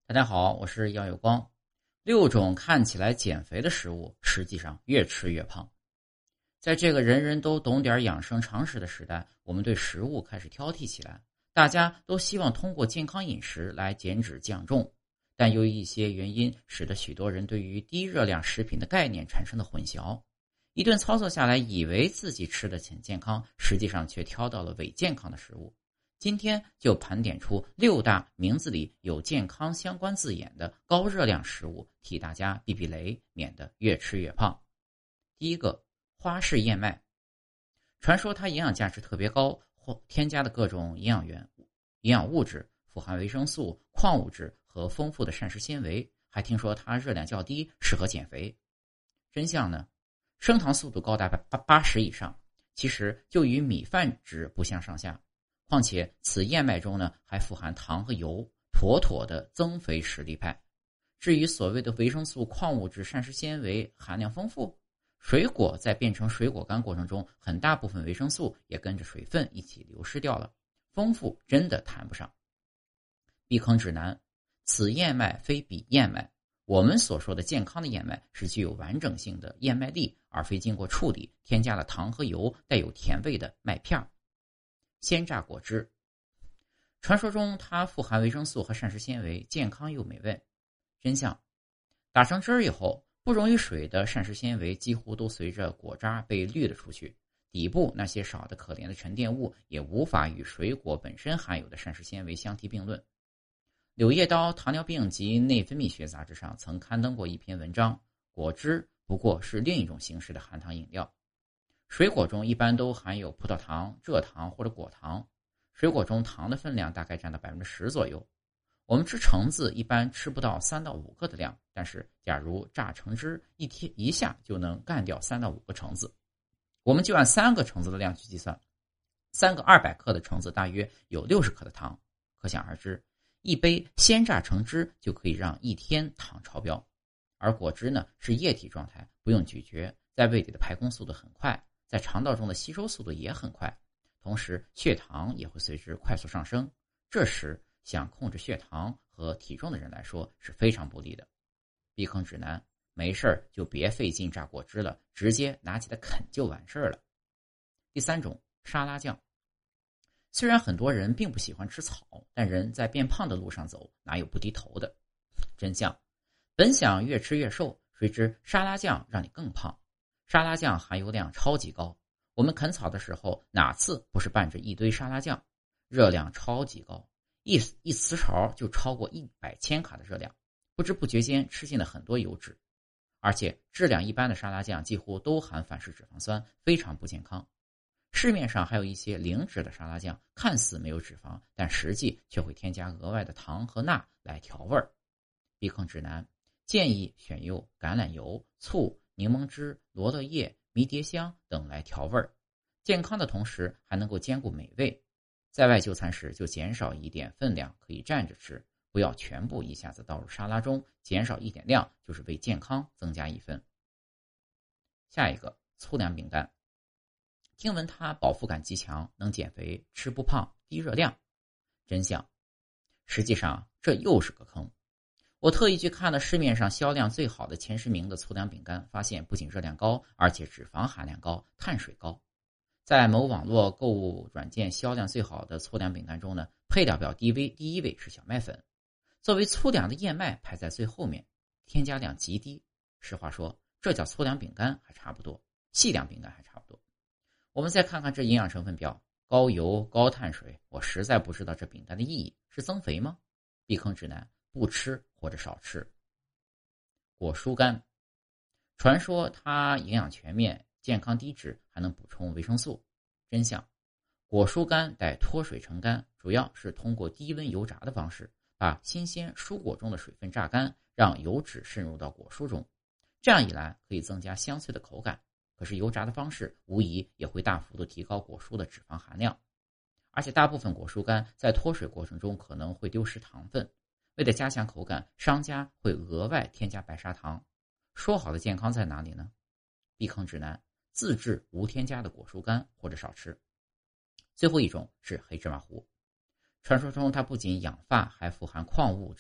大家好，我是耀有光。6种看起来减肥的食物，实际上越吃越胖。在这个人人都懂点养生常识的时代，我们对食物开始挑剔起来，大家都希望通过健康饮食来减脂降重。但由于一些原因，使得许多人对于低热量食品的概念产生了混淆。一顿操作下来，以为自己吃得很健康，实际上却挑到了伪健康的食物。今天就盘点出6大名字里有健康相关字眼的高热量食物，替大家避避雷，免得越吃越胖。第一个，花式燕麦。传说它营养价值特别高，或添加的各种营养物质，富含维生素、矿物质和丰富的膳食纤维，还听说它热量较低，适合减肥。真相呢？升糖速度高达80%以上，其实就与米饭值不相上下。况且此燕麦中呢还富含糖和油，妥妥的增肥实力派。至于所谓的维生素、矿物质、膳食纤维含量丰富，水果在变成水果干过程中，很大部分维生素也跟着水分一起流失掉了，丰富真的谈不上。避坑指南：此燕麦非彼燕麦。我们所说的健康的燕麦是具有完整性的燕麦粒，而非经过处理添加了糖和油带有甜味的麦片。鲜榨果汁，传说中它富含维生素和膳食纤维，健康又美味。真相：打成汁儿以后，不溶于水的膳食纤维几乎都随着果渣被滤了出去，底部那些少得可怜的沉淀物也无法与水果本身含有的膳食纤维相提并论。柳叶刀糖尿病及内分泌学杂志上曾刊登过一篇文章，果汁不过是另一种形式的含糖饮料。水果中一般都含有葡萄糖、蔗糖或者果糖，水果中糖的分量大概占到10%左右。我们吃橙子一般吃不到3到5个的量，但是假如榨橙汁，一下就能干掉3到5个橙子。我们就按3个橙子的量去计算，3个200克的橙子大约有60克的糖，可想而知，一杯鲜榨橙汁就可以让1天糖超标。而果汁呢是液体状态，不用咀嚼，在胃里的排空速度很快，在肠道中的吸收速度也很快，同时血糖也会随之快速上升。这时想控制血糖和体重的人来说是非常不利的。避坑指南：没事就别费劲榨果汁了，直接拿起来啃就完事了。第3种，沙拉酱。虽然很多人并不喜欢吃草，但人在变胖的路上走，哪有不低头的？真相：本想越吃越瘦，谁知沙拉酱让你更胖。沙拉酱含油量超级高，我们啃草的时候哪次不是拌着一堆沙拉酱？热量超级高，一瓷勺就超过100千卡的热量，不知不觉间吃进了很多油脂。而且质量一般的沙拉酱几乎都含反式脂肪酸，非常不健康。市面上还有一些零脂的沙拉酱，看似没有脂肪，但实际却会添加额外的糖和钠来调味儿。避坑指南：建议选用橄榄油、醋、柠檬汁、罗勒叶、迷迭香等来调味儿，健康的同时还能够兼顾美味。在外就餐时就减少一点分量，可以蘸着吃，不要全部一下子倒入沙拉中，减少一点量就是为健康增加1分。下一个，粗粮饼干。听闻它饱腹感极强，能减肥，吃不胖，低热量。真相：实际上这又是个坑。我特意去看了市面上销量最好的前10名的粗粮饼干，发现不仅热量高，而且脂肪含量高，碳水高。在某网络购物软件销量最好的粗粮饼干中呢，配料表第一位是小麦粉，作为粗粮的燕麦排在最后面，添加量极低。实话说，这叫粗粮饼干还差不多，细粮饼干还差不多。我们再看看这营养成分表，高油高碳水，我实在不知道这饼干的意义，是增肥吗？避坑指南：不吃或者少吃。果蔬干，传说它营养全面，健康低脂，还能补充维生素。真相：果蔬干带脱水成干，主要是通过低温油炸的方式，把新鲜蔬果中的水分榨干，让油脂渗入到果蔬中，这样一来可以增加香脆的口感。可是油炸的方式无疑也会大幅度提高果蔬的脂肪含量，而且大部分果蔬干在脱水过程中可能会丢失糖分，为了加强口感，商家会额外添加白砂糖。说好的健康在哪里呢？避坑指南：自制无添加的果蔬干或者少吃。最后一种是黑芝麻糊，传说中它不仅养发，还富含矿物质，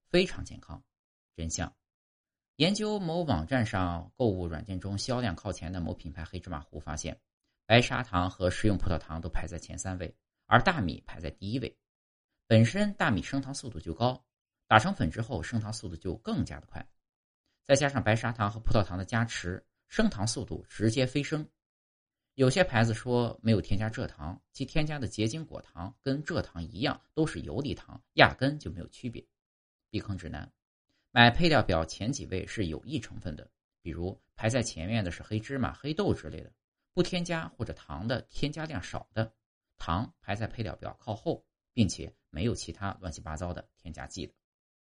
非常健康。真相：研究某网站上购物软件中销量靠前的某品牌黑芝麻糊发现，白砂糖和食用葡萄糖都排在前3位，而大米排在第1位。本身大米升糖速度就高，打成粉之后升糖速度就更加的快，再加上白砂糖和葡萄糖的加持，升糖速度直接飞升。有些牌子说没有添加蔗糖，其添加的结晶果糖跟蔗糖一样，都是游离糖，压根就没有区别。避坑指南：买配料表前几位是有益成分的，比如排在前面的是黑芝麻、黑豆之类的，不添加或者糖的添加量少的，糖排在配料表靠后，并且没有其他乱七八糟的添加剂的。